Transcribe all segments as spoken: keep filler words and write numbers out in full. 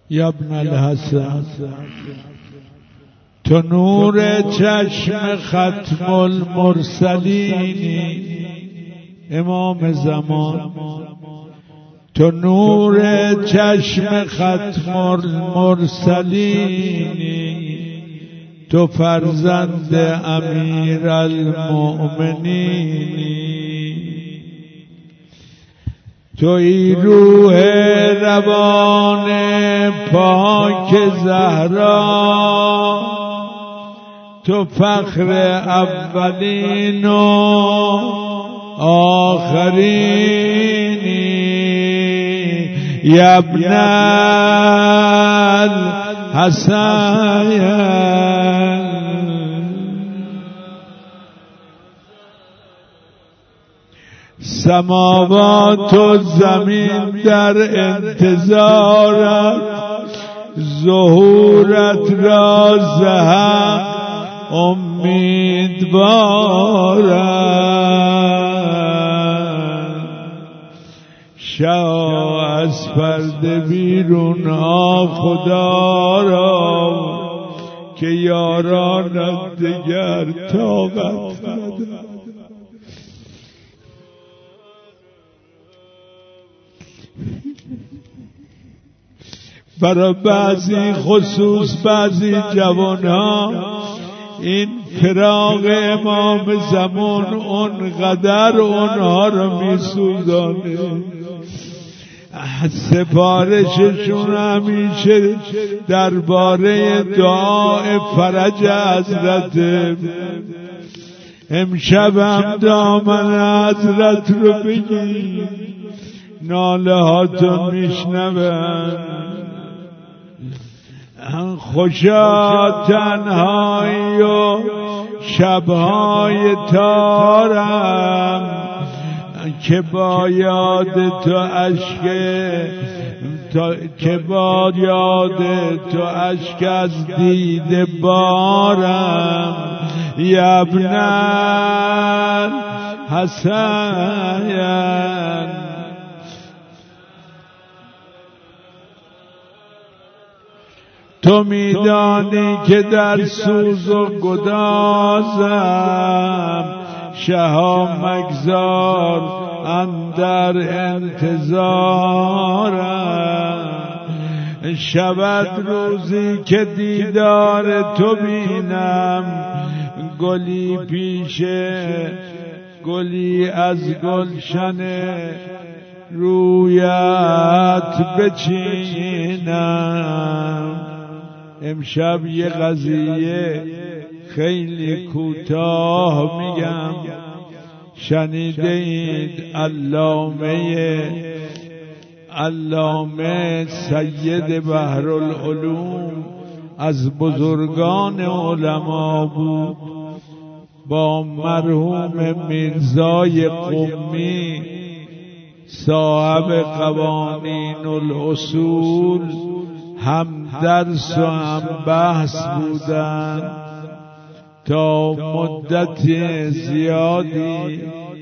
یا ابن الحسن تو نور چشم ختم المرسلینی امام زمان، تو نور چشم ختم المرسلینی، تو فرزند امیر المؤمنینی، توی روح روان پاک زهرا، تو فخر اولین و آخرینی، یا ابن الحسن سماوات و زمین در انتظارت، ظهورت را زهم امیدوارم، شاه از پرده بیرون آ خدا را که یارانت دگر طاقت ندارد. برای بعضی خصوص بعضی جوانها این فراق امام زمان اونقدر اونها رو میسوزانه، سفارششون همیشه درباره دعای فرج حضرت. امشب هم دامن حضرت رو بگیر، ناله هاتون میشنون، خوشا تنهایی و شبهای تارم که با یاد تو اشک که با یاد تو اشک از دیده بارم، یا ابن الحسن تو میدانی که در سوز و گدازم، شها مگذار اندر انتظارم، شود روزی که دیدار تو بینم، گلی پیشه گلی از گلشن رویت بچینم. امشب یه قضیه خیلی کوتاه میگم، شنیده اید علامه علامه سید بحرالعلوم از بزرگان علما بود، با مرحوم میرزای قمی صاحب قوانین الاصول هم درس و هم بحث بودن تا مدت زیادی.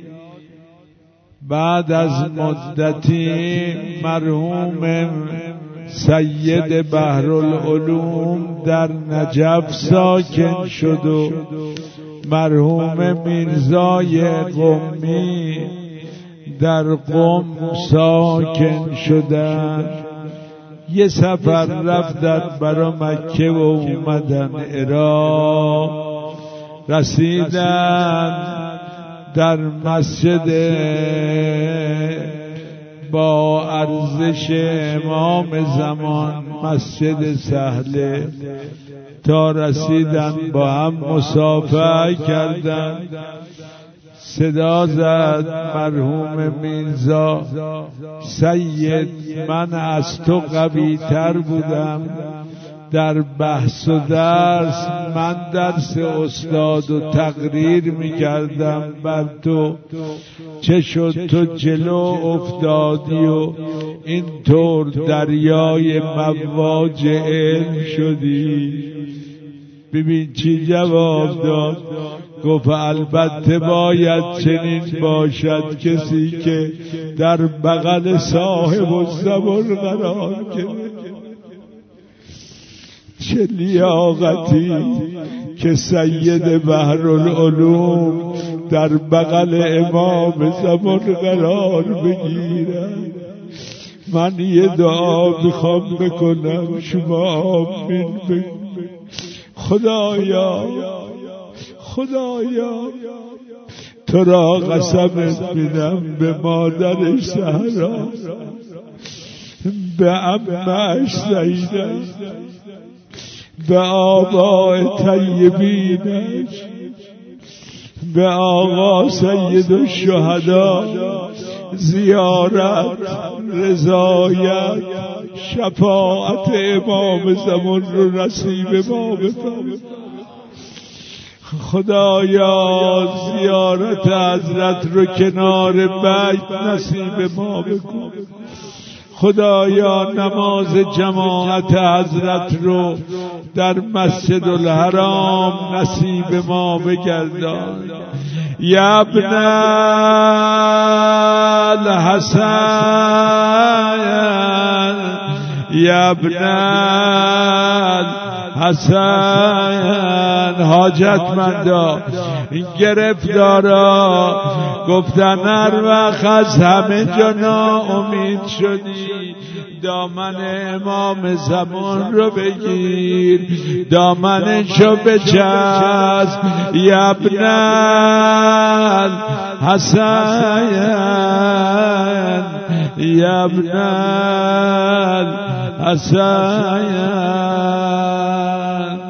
بعد از مدتی مرحوم سید بحرالعلوم در نجف ساکن شد و مرحوم میرزای قمی در قم ساکن شدن. یه سفر رفتن برا مکه و اومدن عراق، رسیدن در مسجد با ارزش امام زمان مسجد سهله، تا رسیدن با هم مصافحه کردن. صدا زد مرحوم میرزا سید، من از تو قوی تر بودم در بحث و درس، من درس استاد و تقریر میکردم بر تو، چه شد تو جلو افتادی و اینطور دریای مواج علم شدی؟ ببین چی جواب داد، گفت البته باید چنین باشد کسی که در بغل صاحب الزمان قرار گرفت. چه لیاقتی که سید بحرالعلوم در بغل امام زمان قرار بگیرد. من یه دعا میخوام بکنم، شما آمین بگید. خدایا خدایا تو را قسمت میدم به مادرش زهرا، به عمه‌اش زینب، به آباء طیبینش، به آقا سید الشهدا زیارت، رضایت، شفاعت امام زمان رو نصیب ما بفرما. خدایا زیارت حضرت رو کنار بیت نصیب ما بکن. خدایا نماز جماعت حضرت رو در مسجد الحرام نصیب ما بگردان. یا ابن الحسن، یا ابن الحسن، حاجتمندا گرفتارا گفتن هر وقت از همه جا ناامید شدی دامن امام زمان رو بگیر، دامنشو بچسب. یا ابن الحسن، یا ابن الحسن.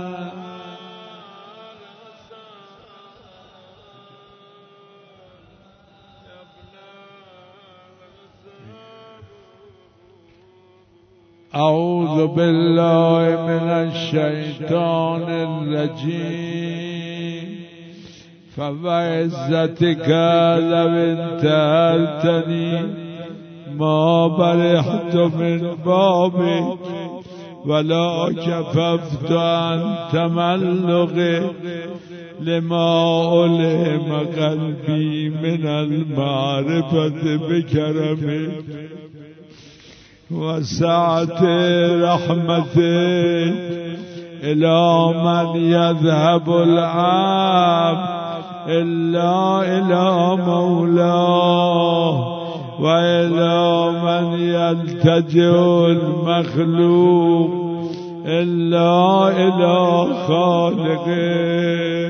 اعوذ بالله من الشیطان الرجیم. فوعزتك لو انتهلتني ما برحت من بابك ولا كففت عن تملق لما علم قلبي من المعرفة بكرمك وسعت رحمتك إلى من يذهب العبد إلا إلى مولاه وإلى من يلتجئ المخلوق إلا إلى خالقه.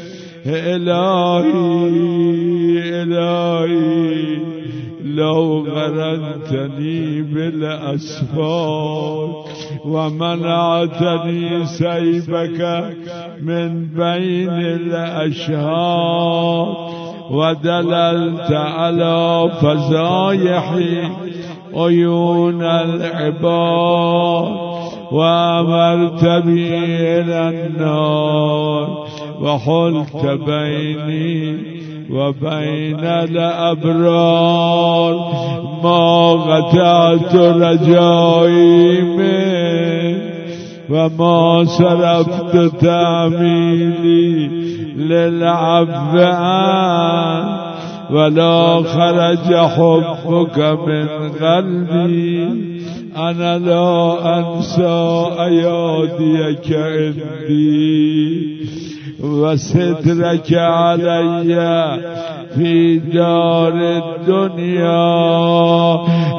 إلهي إلهي لو غرنتني بالأسفار ومنعتني سيفك من بين الأشهار ودللت على فضايح عيون العباد وأمرت بي إلى النار وحلت بيني وبين الأبرار ما قطعت رجائي منك وما صرفت تعميلي للعفو عنك ولا خرج حبك من قلبي. أنا لا أنسى أياديك عندي وسترك علي في دار الدنيا.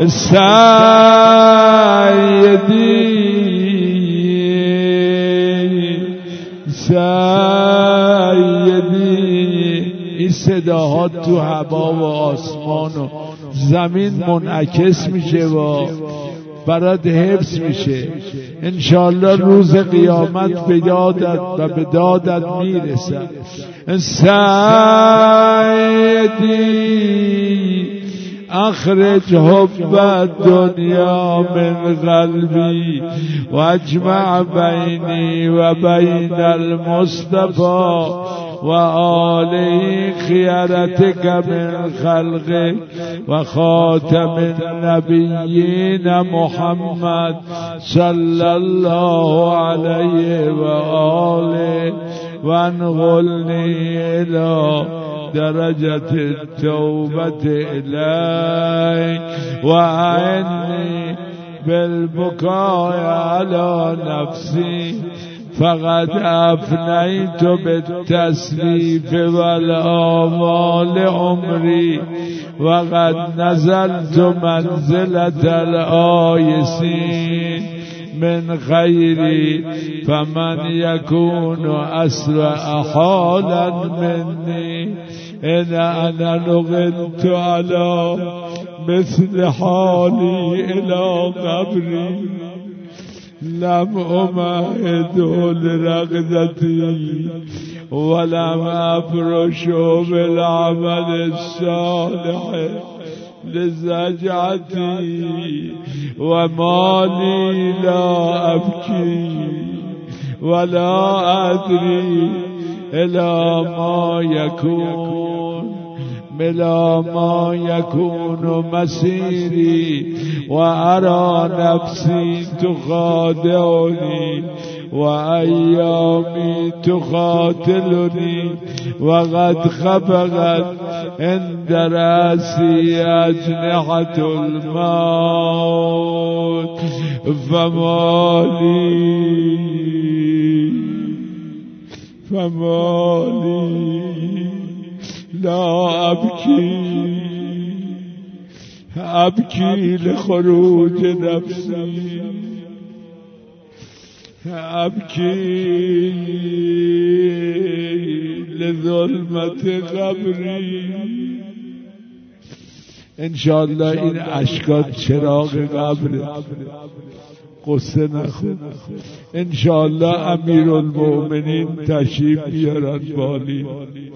سيدي سیدی. این صداها تو هوا و آسمان و زمین منعکس میشه و برات حفظ میشه. انشالله روز قیامت به یادت و به دادت میرسد. سیدی اخرج حب الدنیا من قلبی و اجمع بینی و بین المصطفى و آله خیرتک من خلقک و خاتم النبیین محمد صلی الله علیه و آله و انقلنی الی درجة التوبة إليك وأعني بالبكاء على نفسي فقد أفنيت بالتسليف والآمال عمري وقد نزلت منزلة الآيسين من خيري فمن يكون أسرع حالا مني إن أنا لغنت على مثل حالي إلى قبري لم أمهد لرغدتي ولم أفرش بالعمل الصالح لزجعتي ومالي لا أبكي ولا أدري إلى ما يكون إلى ما يكون مسيري وأرى نفسي تخادعني وأيامي تقاتلني وقد خفقت عند رأسي أجنحة الموت فمالي فمالي لا أبكي أبكي لخروج نفسي أبكي لظلمة قبري. انشاءالله این اشکات چراغ قبره، قصه نخون. انشاءالله امیرالمؤمنین تشریف بیارن بالی.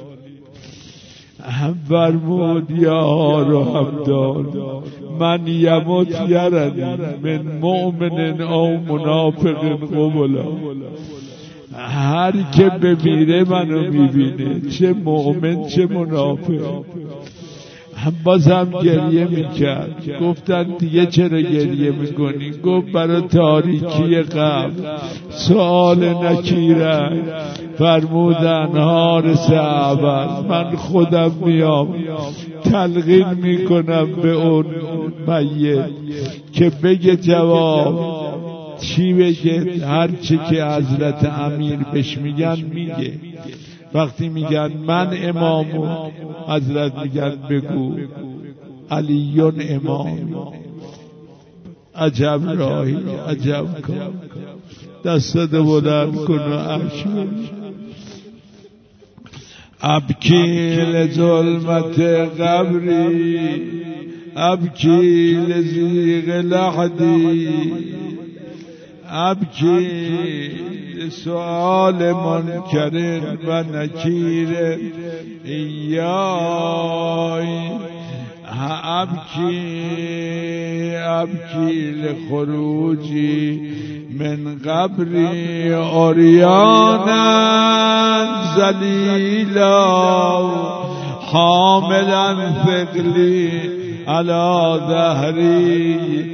هم فرمود یا هارو همدان من یموت یرنی من مؤمن او منافق قبلا. هر که بمیره منو میبینه، چه مؤمن چه منافق. هم بازم گریه میکرد. گفتن دیگه چرا گریه میکنی؟ گفت برای تاریکی قبر. سؤال نکیرن فرمودن حارس اول من خودم میام تلقین میکنم به اون میت که بگه جواب چی بگه. هر چی که حضرت امیر بهش میگن میگه. وقتی میگن من امامو، حضرت میگن بگو علیون امام. عجب راهی، عجب کار. دستت بلند کن و اشک. ابکی لظلمت قبری ابکی لضیق لحدی ابکی سؤال منکر و نکیر ایای ابکی ابکی لخروجی من قبری عریانا ذلیلا حاملا ثقلی علی ظهری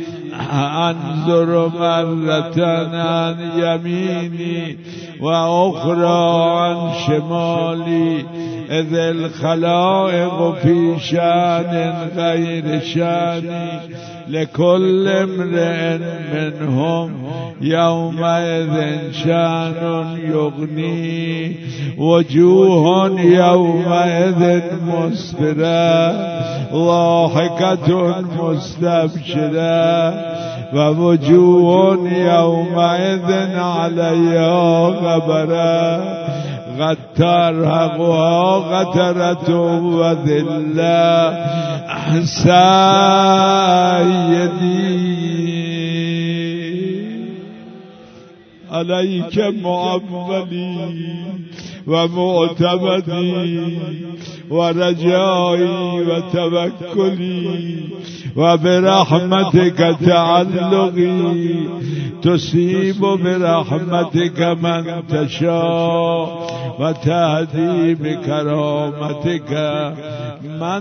انظر مرتن عن یمینی و اخرى عن شمالی اذ الخلائق فی شأن غیر شأنی لكل امرئ منهم يومئذ شأن يغني وجوه يومئذ مسفرة ضاحكة مستبشرة ووجوه يومئذ عليها غبرة قد ترهقها قترة وذلة سيدي عليك معولي ومعتمدي ورجائي وتوكلي وبرحمتك تعلقي تصيب برحمتك من تشاء وتهدي بكرامتك من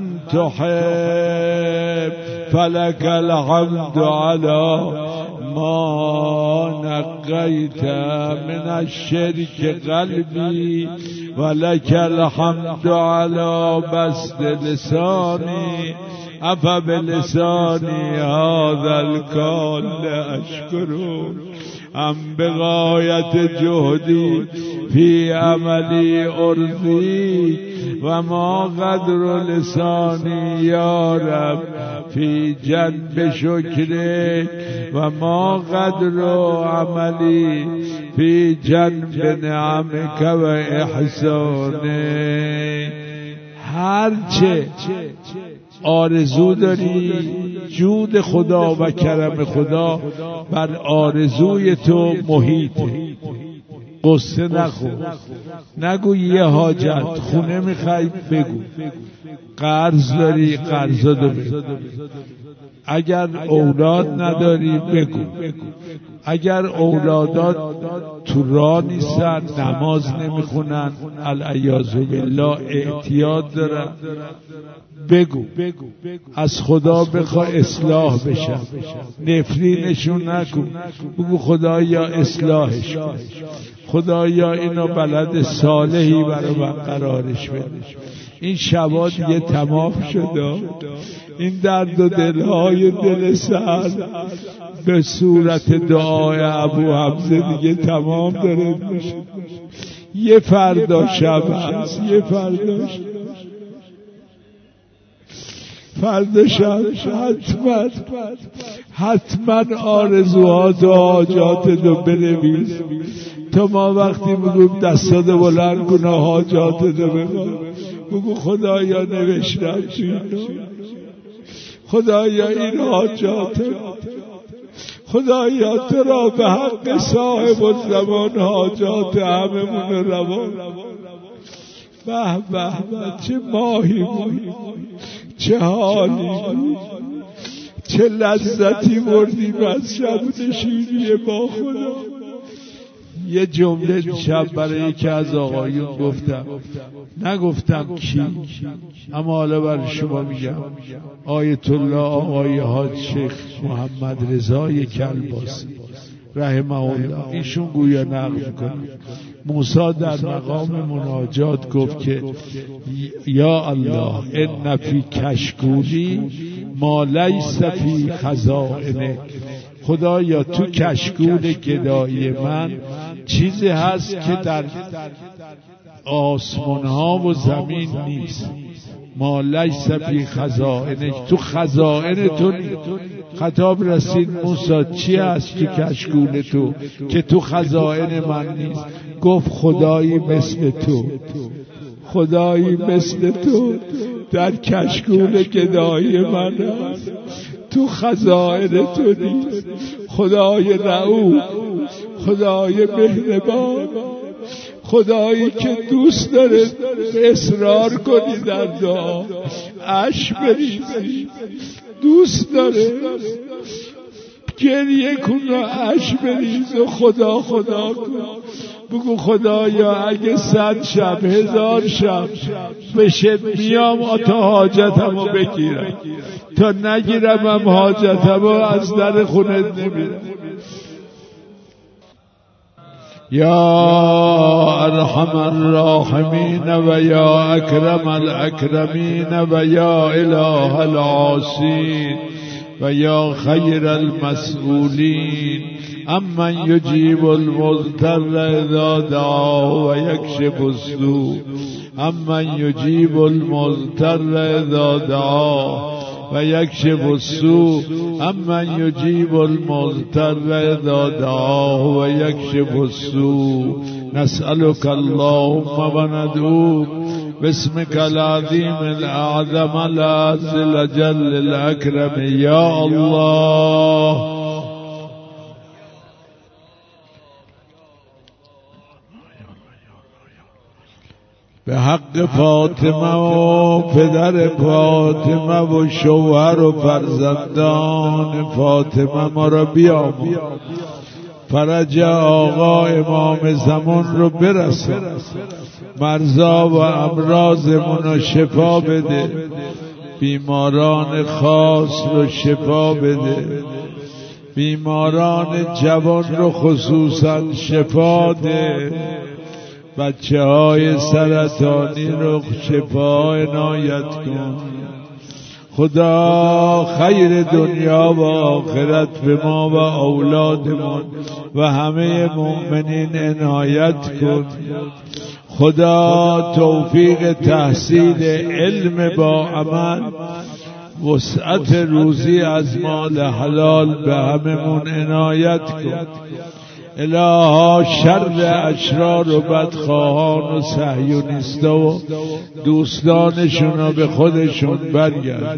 تحب فلك الحمد على ما نقيت من الشرك قلبي ولك الحمد على بسط لساني افا بلسانی هذا الکال اشکرون ام بغایت جهدی فی عملی ارضی و ما قدر لسانی یا رب فی جنب شکرک و ما قدر عملی فی جنب نعمک و احسانک. هرچه آرزو داری جود خدا و کرم خدا بر آرزوی تو محیطه. قصه نخور، نگو یه حاجت خونه میخوای بگو، قرض داری قرضا دو بگو، اگر اولاد نداری بگو، اگر اولادات تو راه نیستن نماز نمیخونن العیاذ بالله اعتیاد دارن بگو، از خدا بخوا اصلاح بشن، نفرینشون نکن، بگو خدایا اصلاحش کن، خدایا اینو بلد صالحی برای من قرارش بده. این شبا دیگه تمام شده، این درد و دلهای دل سر به صورت دعای ابو حمزه دیگه تمام داره میشه. یه فردا شب هست، یه فردا شب فردا شب حتما حتما آرزوهات و حاجات رو بنویس تا ما وقتی بگویم دستات بلند کن و حاجات رو بگو، بگو خدایا نوشتم توی خدایا این حاجات، خدایا تو را به حق صاحب الزمان حاجات هممون روان. به به به چه ماهی بود، چه حالی بود، چه لذتی بردیم از شب نشینی با خدا. یه جمله شب برای یکی از آقایون گفتم، نگفتم کی، اما حالا برای شما میگم. آیت الله آقای حاج شیخ محمد رضای کلباسی رحمه الله، ایشون گویا نقل میکنه موسی در مقام مناجات گفت که یا الله ان فی کشکولی ما لیس فی خزائنک، خدایا تو کشکول گدایی من چیزی هست که در آسمان ها و زمین نیست. ما لیس فی خزائنک، تو خزائن تو نیست. خطاب رسید موسی چی هست تو کشکول تو که تو خزائن من نیست؟ گفت خدایی مثل تو، خدایی مثل تو در کشکول گدایی من هست، تو خزائن تو نیست. خدای رؤوف، خدای مهربان، خدایی که دوست داره اصرار کنی در دعا، اشک بریزی، دوست داره گریه کن و اشک بریز و خدا خدا کن. بگو خدایا اگه صد شب هزار شب بشه میام تا حاجتمو بگیرم، تا نگیرم هم حاجتمو از در خونت نمیرم. یا ارحم الراحمین و یا اکرم الاکرمین و یا اله العاصین و یا خیر المسئولین امن یجیب المضطر اذا دعاه و یکشف السوء، امن یجیب المضطر اذا دعاه و یکشف السوء، امن یجیب المضطر اذا دعاه و یکشف السوء. نسألك اللهم و ندعوك باسمك العظیم الاعظم العز الجل الاکرم یا الله. به حق فاطمه و پدر فاطمه و شوهر و فرزندان فاطمه ما را بیامرز، فرج آقا امام زمان رو برسان، مرضا و امراضمون رو شفا بده، بیماران خاص رو شفا بده، بیماران جوان رو خصوصا شفا ده، بچه های سرطانی رو شفا عنایت کن. خدا خیر دنیا و آخرت به ما و اولادمان و همه مؤمنین عنایت کن. خدا توفیق تحصیل علم با عمل، وسعت روزی از مال حلال به هممون عنایت کن. الها شر اشرار و بدخواهان و صهیونیستا و دوستانشون رو به خودشون برگردن.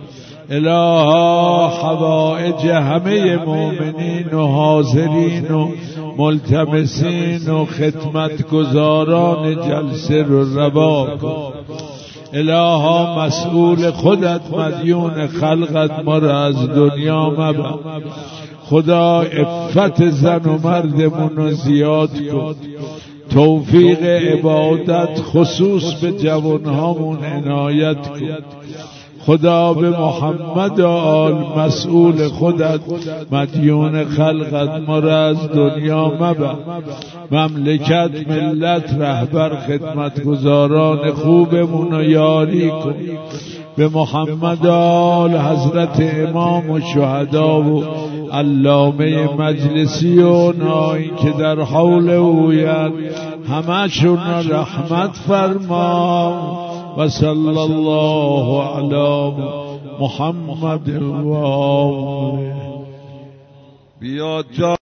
الها حوائج همه مؤمنین و حاضرین و ملتمسین و خدمتگزاران جلسه رو روا کن. الها مسئول خودت مدیون خلقت ما را از دنیا مبر. خدا عفت زن و مردمون رو زیاد کن. توفیق عبادت خصوص به جوانهامون عنایت کن. خدا به محمد و آل مسئول خودت مدیون خلقت ما را از دنیا مبر. مملکت، ملت، رهبر، خدمتگزاران خوبمون رو یاری کن. به محمد آل حضرت امام و شهدا و علامه مجلسی و نایی که در حول اویند همشون رحمت فرما. و صلی الله علی محمد و آله. بیا